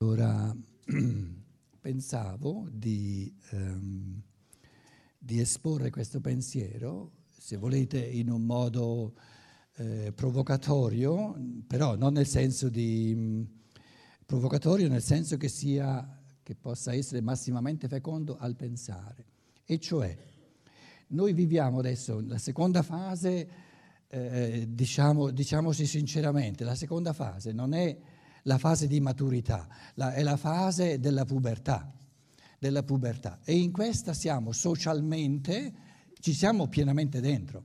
Allora, pensavo di esporre questo pensiero, se volete, in un modo provocatorio, però non nel senso di provocatorio, nel senso che possa essere massimamente fecondo al pensare. E cioè, noi viviamo adesso la seconda fase, diciamoci sinceramente, la seconda fase non è la fase di maturità, è la fase della pubertà. E in questa siamo socialmente, ci siamo pienamente dentro.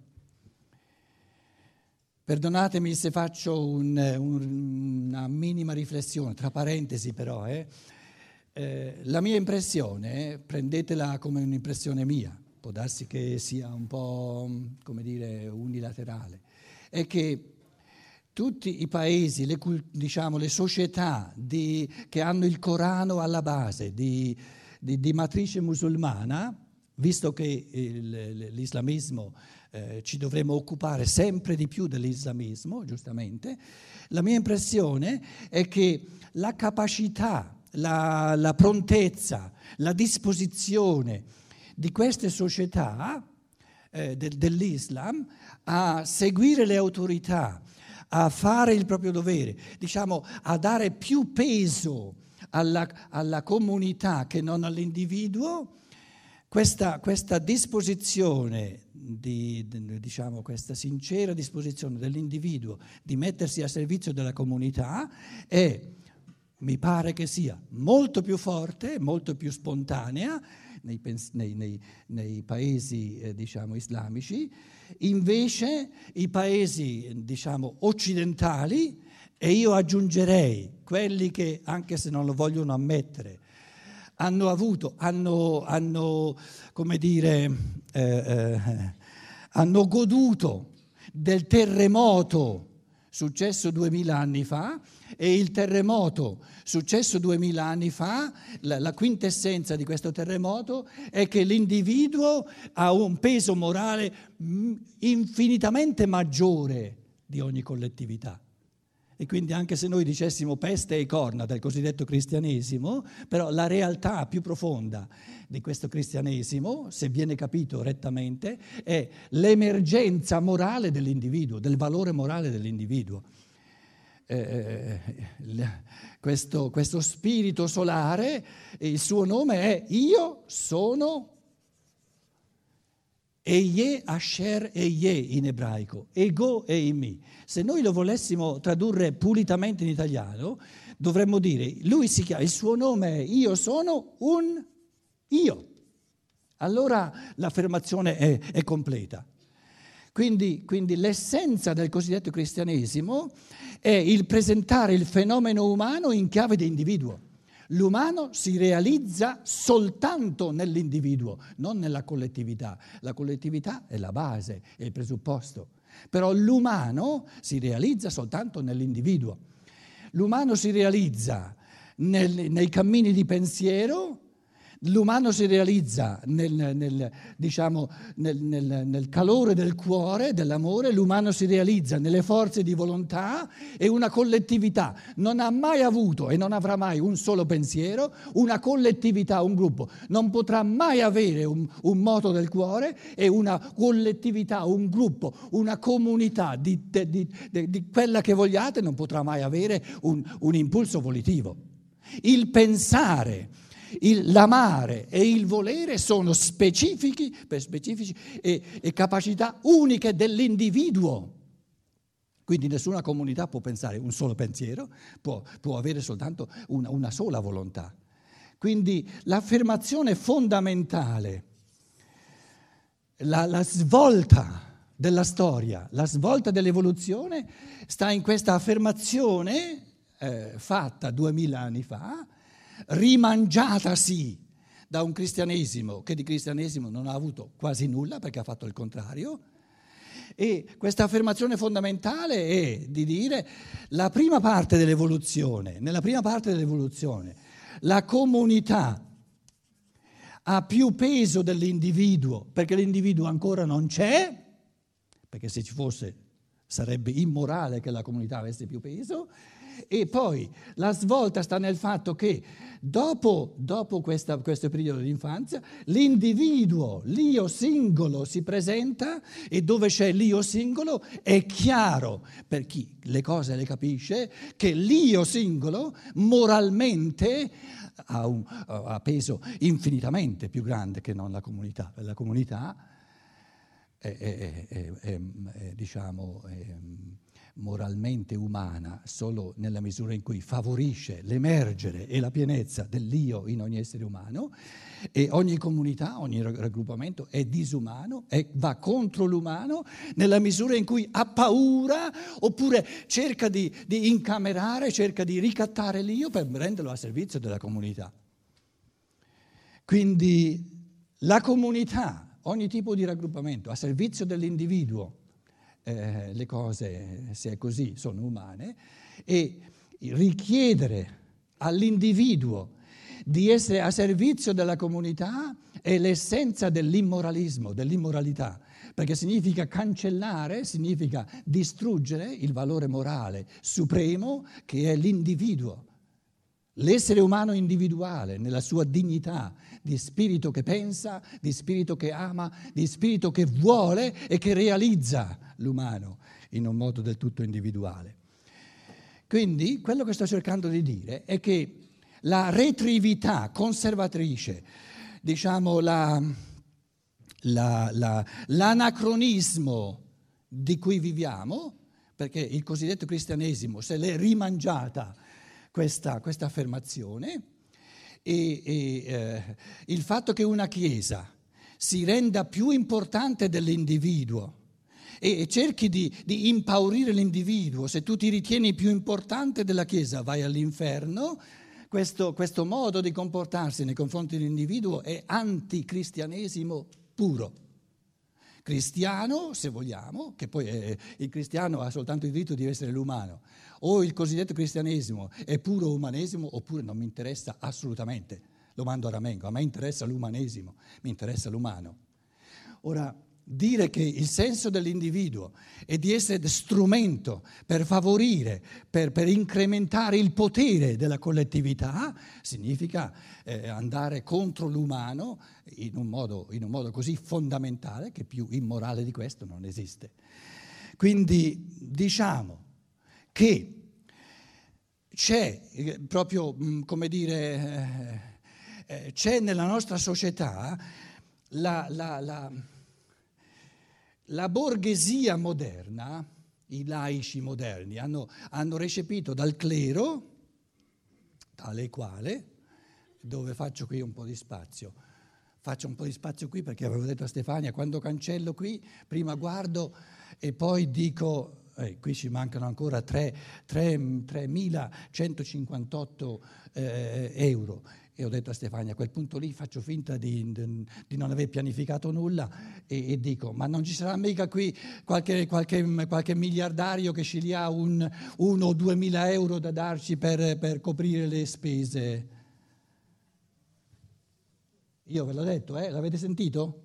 Perdonatemi se faccio una minima riflessione, tra parentesi però. La mia impressione, prendetela come un'impressione mia, può darsi che sia un po', come dire, unilaterale, è che tutti i paesi, le società che hanno il Corano alla base, di matrice musulmana, visto che l'islamismo ci dovremo occupare sempre di più dell'islamismo, giustamente, la mia impressione è che la capacità, la prontezza, la disposizione di queste società dell'Islam a seguire le autorità, a fare il proprio dovere, diciamo a dare più peso alla comunità che non all'individuo, questa disposizione, diciamo questa sincera disposizione dell'individuo di mettersi a servizio della comunità mi pare che sia molto più forte, molto più spontanea nei paesi diciamo islamici. Invece i paesi diciamo occidentali, e io aggiungerei quelli che, anche se non lo vogliono ammettere, hanno goduto del terremoto successo 2000 anni fa, e il terremoto successo 2000 anni fa, la quintessenza di questo terremoto è che l'individuo ha un peso morale infinitamente maggiore di ogni collettività. E quindi anche se noi dicessimo peste e corna del cosiddetto cristianesimo, però la realtà più profonda di questo cristianesimo, se viene capito rettamente, è l'emergenza morale dell'individuo, del valore morale dell'individuo. Questo spirito solare, il suo nome è Io sono Ehyeh Asher Ehyeh in ebraico, ego eimi. Se noi lo volessimo tradurre pulitamente in italiano, dovremmo dire, lui si chiama, il suo nome è Io sono un Io. Allora l'affermazione è completa. Quindi l'essenza del cosiddetto cristianesimo è il presentare il fenomeno umano in chiave di individuo. L'umano si realizza soltanto nell'individuo, non nella collettività. La collettività è la base, è il presupposto. Però l'umano si realizza soltanto nell'individuo. L'umano si realizza nei cammini di pensiero, l'umano si realizza nel calore del cuore, dell'amore, l'umano si realizza nelle forze di volontà, e una collettività non ha mai avuto e non avrà mai un solo pensiero, una collettività, un gruppo, non potrà mai avere un moto del cuore, e una collettività, un gruppo, una comunità di quella che vogliate non potrà mai avere un impulso volitivo. Il pensare, l'amare e il volere sono specifici e capacità uniche dell'individuo. Quindi nessuna comunità può pensare un solo pensiero, può avere soltanto una sola volontà. Quindi l'affermazione fondamentale, la svolta della storia, la svolta dell'evoluzione sta in questa affermazione fatta 2000 anni fa, rimangiatasi da un cristianesimo che di cristianesimo non ha avuto quasi nulla, perché ha fatto il contrario. E questa affermazione fondamentale è di dire nella prima parte dell'evoluzione, la comunità ha più peso dell'individuo, perché l'individuo ancora non c'è, perché se ci fosse sarebbe immorale che la comunità avesse più peso. E poi la svolta sta nel fatto che dopo questo periodo di infanzia l'individuo, l'io singolo si presenta, e dove c'è l'io singolo è chiaro, per chi le cose le capisce, che l'io singolo moralmente ha peso infinitamente più grande che non la comunità. La comunità diciamo, moralmente umana solo nella misura in cui favorisce l'emergere e la pienezza dell'io in ogni essere umano, e ogni comunità, ogni raggruppamento è disumano, va contro l'umano nella misura in cui ha paura oppure cerca di incamerare, cerca di ricattare l'io per renderlo a servizio della comunità. Quindi la comunità, ogni tipo di raggruppamento a servizio dell'individuo, le cose, se è così, sono umane, e richiedere all'individuo di essere a servizio della comunità è l'essenza dell'immoralismo, dell'immoralità, perché significa cancellare, significa distruggere il valore morale supremo che è l'individuo. L'essere umano individuale, nella sua dignità, di spirito che pensa, di spirito che ama, di spirito che vuole e che realizza l'umano in un modo del tutto individuale. Quindi quello che sto cercando di dire è che la retrività conservatrice, diciamo l'anacronismo di cui viviamo, perché il cosiddetto cristianesimo se l'è rimangiata questa affermazione, e il fatto che una Chiesa si renda più importante dell'individuo e cerchi di impaurire l'individuo, se tu ti ritieni più importante della Chiesa vai all'inferno, questo modo di comportarsi nei confronti dell'individuo è anticristianesimo puro. Cristiano, se vogliamo, che poi il cristiano ha soltanto il diritto di essere l'umano, o il cosiddetto cristianesimo è puro umanesimo, oppure non mi interessa assolutamente, lo mando a ramengo, a me interessa l'umanesimo, mi interessa l'umano. Ora, dire che il senso dell'individuo è di essere strumento per favorire, per incrementare il potere della collettività, significa andare contro l'umano in un modo così fondamentale che più immorale di questo non esiste. Quindi diciamo che c'è proprio, come dire, c'è nella nostra società la borghesia moderna, i laici moderni, hanno recepito dal clero, tale e quale, dove faccio qui un po' di spazio. Faccio un po' di spazio qui perché avevo detto a Stefania, quando cancello qui, prima guardo e poi dico, qui ci mancano ancora 3.158 euro. E ho detto a Stefania, a quel punto lì faccio finta di non aver pianificato nulla e dico, ma non ci sarà mica qui qualche miliardario che ci ha 1 o 2.000 euro da darci per coprire le spese? Io ve l'ho detto, l'avete sentito?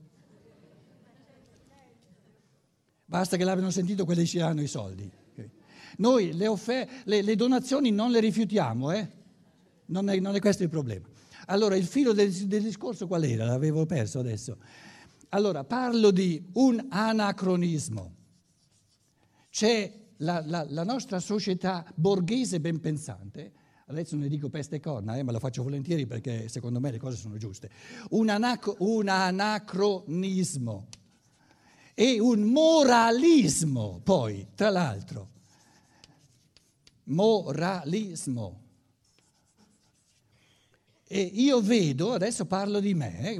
Basta che l'abbiano sentito quelli che ci hanno i soldi. Noi le donazioni non le rifiutiamo, non è questo il problema. Allora, il filo del discorso qual era? L'avevo perso adesso. Allora, parlo di un anacronismo. C'è la nostra società borghese ben pensante, adesso ne dico peste e corna, ma lo faccio volentieri perché secondo me le cose sono giuste. Un anacronismo e un moralismo, poi, tra l'altro. Moralismo. E io vedo, adesso parlo di me,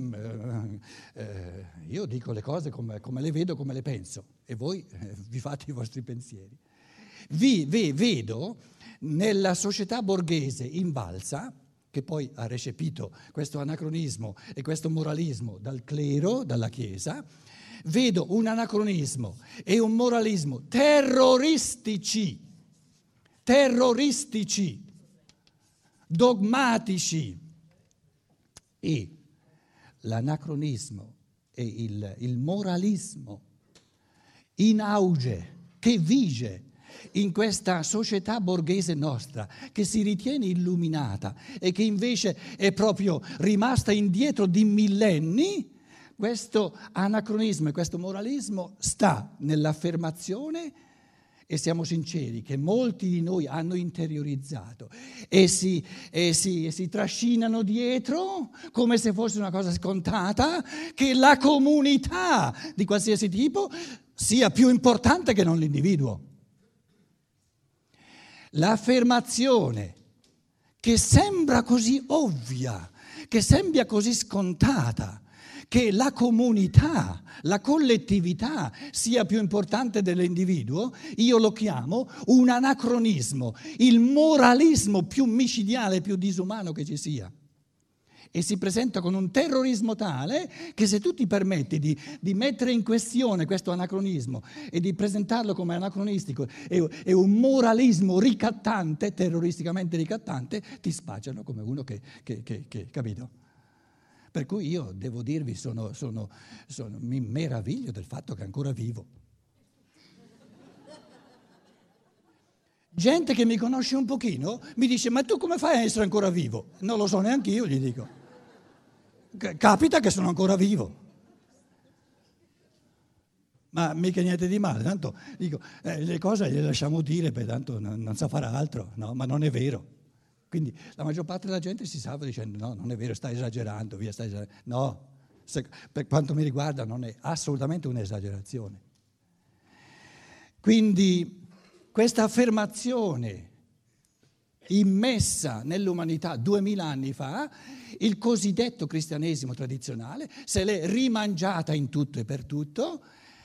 io dico le cose come le vedo, come le penso, e voi vi fate i vostri pensieri. Vedo nella società borghese invalsa, che poi ha recepito questo anacronismo e questo moralismo dal clero, dalla Chiesa, vedo un anacronismo e un moralismo terroristici, dogmatici, e l'anacronismo e il moralismo in auge che vige in questa società borghese nostra, che si ritiene illuminata e che invece è proprio rimasta indietro di millenni, questo anacronismo e questo moralismo sta nell'affermazione, e siamo sinceri, che molti di noi hanno interiorizzato e si trascinano dietro come se fosse una cosa scontata, che la comunità di qualsiasi tipo sia più importante che non l'individuo. L'affermazione che sembra così ovvia, che sembra così scontata, che la comunità, la collettività sia più importante dell'individuo, io lo chiamo un anacronismo, il moralismo più micidiale, più disumano che ci sia. E si presenta con un terrorismo tale che se tu ti permetti di mettere in questione questo anacronismo e di presentarlo come anacronistico e un moralismo ricattante, terroristicamente ricattante, ti spacciano come uno che capito? Per cui io devo dirvi, mi meraviglio del fatto che è ancora vivo. Gente che mi conosce un pochino mi dice: ma tu come fai a essere ancora vivo? Non lo so neanche io, gli dico. Capita che sono ancora vivo. Ma mica niente di male, tanto dico, le cose le lasciamo dire, perché tanto non sa fare altro, no? Ma non è vero. Quindi la maggior parte della gente si salva dicendo: no, non è vero, stai esagerando, via, stai esagerando. No, per quanto mi riguarda non è assolutamente un'esagerazione. Quindi questa affermazione immessa nell'umanità 2000 anni fa, il cosiddetto cristianesimo tradizionale se l'è rimangiata in tutto e per tutto.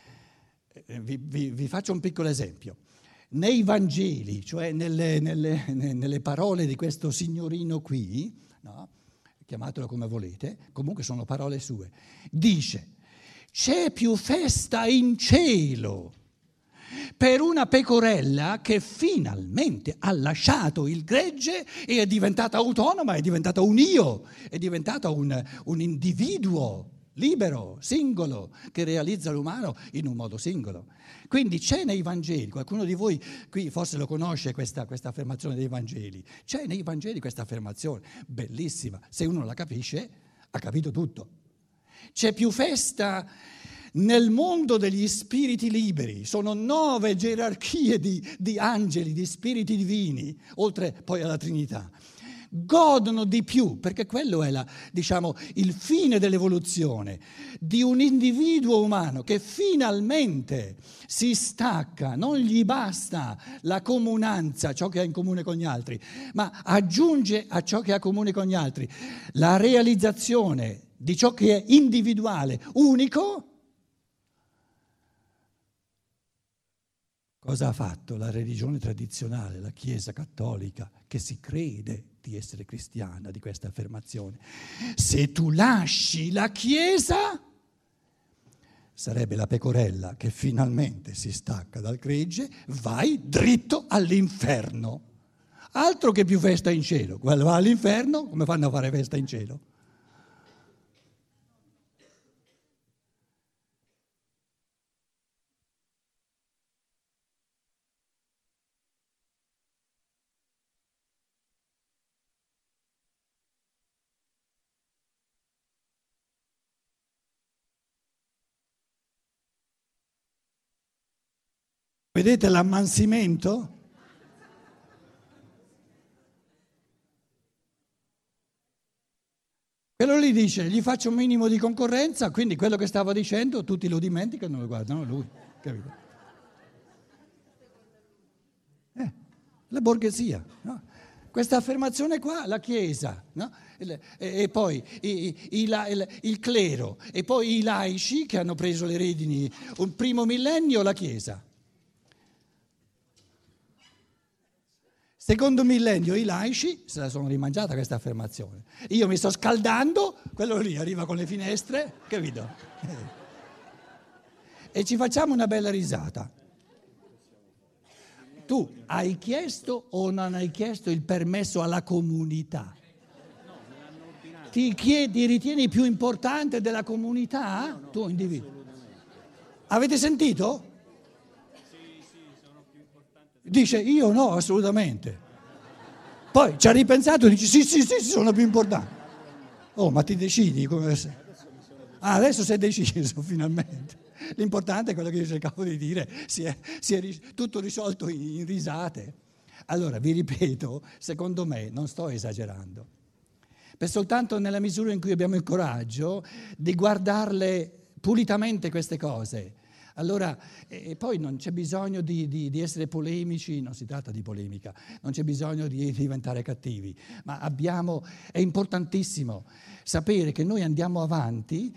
Vi faccio un piccolo esempio. Nei Vangeli, cioè nelle parole di questo signorino qui, no? Chiamatelo come volete, comunque sono parole sue, dice: c'è più festa in cielo per una pecorella che finalmente ha lasciato il gregge e è diventata autonoma, è diventata un io, è diventata un individuo libero, singolo, che realizza l'umano in un modo singolo. Quindi c'è nei Vangeli, qualcuno di voi qui forse lo conosce questa affermazione dei Vangeli, c'è nei Vangeli questa affermazione, bellissima, se uno la capisce ha capito tutto. C'è più festa nel mondo degli spiriti liberi, sono 9 gerarchie di angeli, di spiriti divini, oltre poi alla Trinità. Godono di più, perché quello è il fine dell'evoluzione, di un individuo umano che finalmente si stacca, non gli basta la comunanza, ciò che ha in comune con gli altri, ma aggiunge a ciò che ha in comune con gli altri la realizzazione di ciò che è individuale, unico. Cosa ha fatto la religione tradizionale, la Chiesa cattolica, che si crede di essere cristiana, di questa affermazione? Se tu lasci la Chiesa, sarebbe la pecorella che finalmente si stacca dal gregge, vai dritto all'inferno. Altro che più festa in cielo. Quello va all'inferno, come fanno a fare festa in cielo? Vedete l'ammansimento? Quello lì dice: gli faccio un minimo di concorrenza, quindi quello che stava dicendo tutti lo dimenticano e lo guardano lui, capito? La borghesia, no? Questa affermazione qua, la Chiesa, no? E poi il clero, e poi i laici che hanno preso le redini, un primo millennio la Chiesa. Secondo millennio i laici se la sono rimangiata questa affermazione. Io mi sto scaldando, quello lì arriva con le finestre, capito? E ci facciamo una bella risata. Tu hai chiesto o non hai chiesto il permesso alla comunità? Ti ritieni più importante della comunità? Tu individuo. Avete sentito? Dice io no, assolutamente. Poi ci ha ripensato e dice sì, sono più importanti. Oh, ma ti decidi come... Ah, adesso sei deciso finalmente. L'importante è quello che io cercavo di dire, si è tutto risolto in risate. Allora, vi ripeto, secondo me non sto esagerando, per soltanto nella misura in cui abbiamo il coraggio di guardarle pulitamente queste cose. Allora, e poi non c'è bisogno di essere polemici, non si tratta di polemica, non c'è bisogno di diventare cattivi, ma è importantissimo sapere che noi andiamo avanti,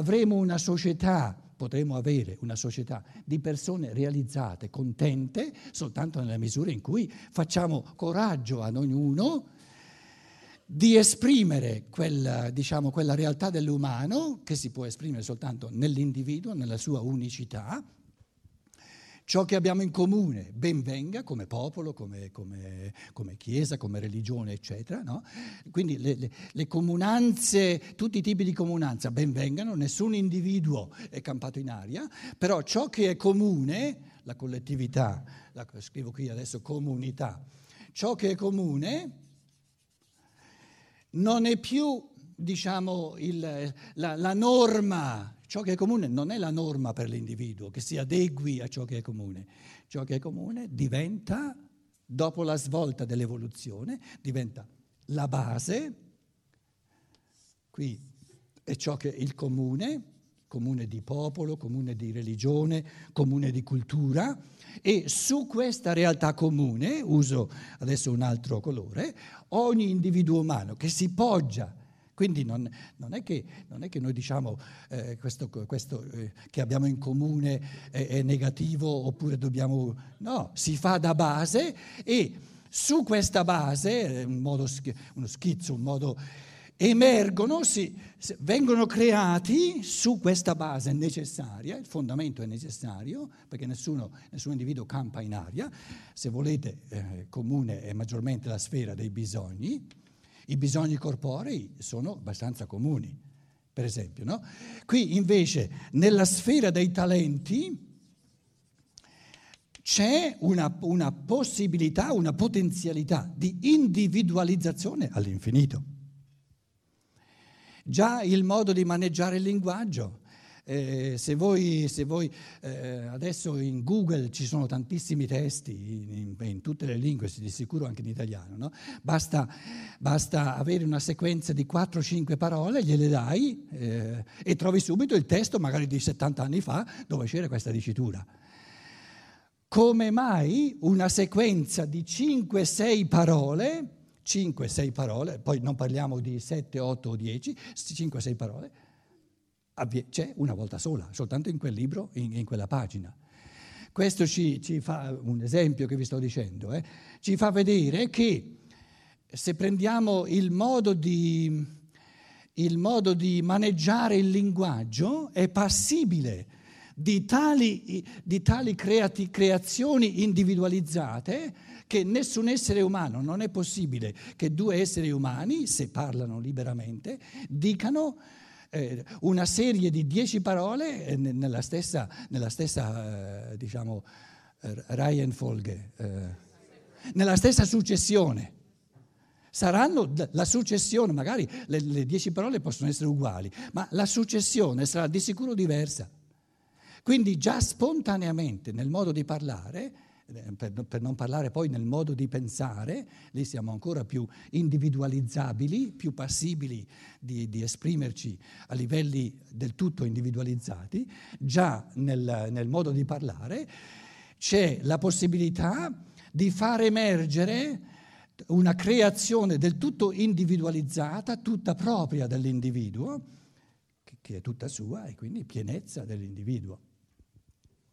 potremo avere una società di persone realizzate, contente, soltanto nella misura in cui facciamo coraggio ad ognuno di esprimere quella realtà dell'umano che si può esprimere soltanto nell'individuo, nella sua unicità. Ciò che abbiamo in comune ben venga come popolo, come chiesa, come religione, eccetera. No? Quindi le comunanze, tutti i tipi di comunanza ben vengano, nessun individuo è campato in aria, però ciò che è comune, la collettività, scrivo qui adesso comunità, ciò che è comune non è più, la norma. Ciò che è comune non è la norma per l'individuo, che si adegui a ciò che è comune. Ciò che è comune diventa, dopo la svolta dell'evoluzione, diventa la base. Qui è ciò che è il comune di popolo, comune di religione, comune di cultura, e su questa realtà comune, uso adesso un altro colore, ogni individuo umano che si poggia. Quindi non è che noi diciamo questo che abbiamo in comune è negativo oppure dobbiamo... No, si fa da base e su questa base, uno schizzo, un modo... vengono creati su questa base necessaria, il fondamento è necessario, perché nessun individuo campa in aria, se volete comune è maggiormente la sfera dei bisogni, i bisogni corporei sono abbastanza comuni, per esempio. No? Qui invece nella sfera dei talenti c'è una possibilità, una potenzialità di individualizzazione all'infinito. Già il modo di maneggiare il linguaggio. Se voi adesso in Google ci sono tantissimi testi in tutte le lingue, di sicuro anche in italiano, no? Basta avere una sequenza di 4-5 parole, gliele dai e trovi subito il testo magari di 70 anni fa dove c'era questa dicitura. Come mai una sequenza di 5-6 parole, poi non parliamo di 7, 8 o 10, 5-6 parole, c'è una volta sola, soltanto in quel libro, in quella pagina. Questo ci fa, un esempio che vi sto dicendo, ci fa vedere che se prendiamo il modo di maneggiare il linguaggio è passibile di tali creazioni individualizzate che nessun essere umano, non è possibile che due esseri umani, se parlano liberamente, dicano una serie di 10 parole nella stessa Reihenfolge, nella stessa successione. Saranno la successione, magari le 10 parole possono essere uguali, ma la successione sarà di sicuro diversa. Quindi già spontaneamente nel modo di parlare, per non parlare poi nel modo di pensare, lì siamo ancora più individualizzabili, più passibili di esprimerci a livelli del tutto individualizzati, già nel modo di parlare c'è la possibilità di far emergere una creazione del tutto individualizzata, tutta propria dell'individuo, che è tutta sua e quindi pienezza dell'individuo.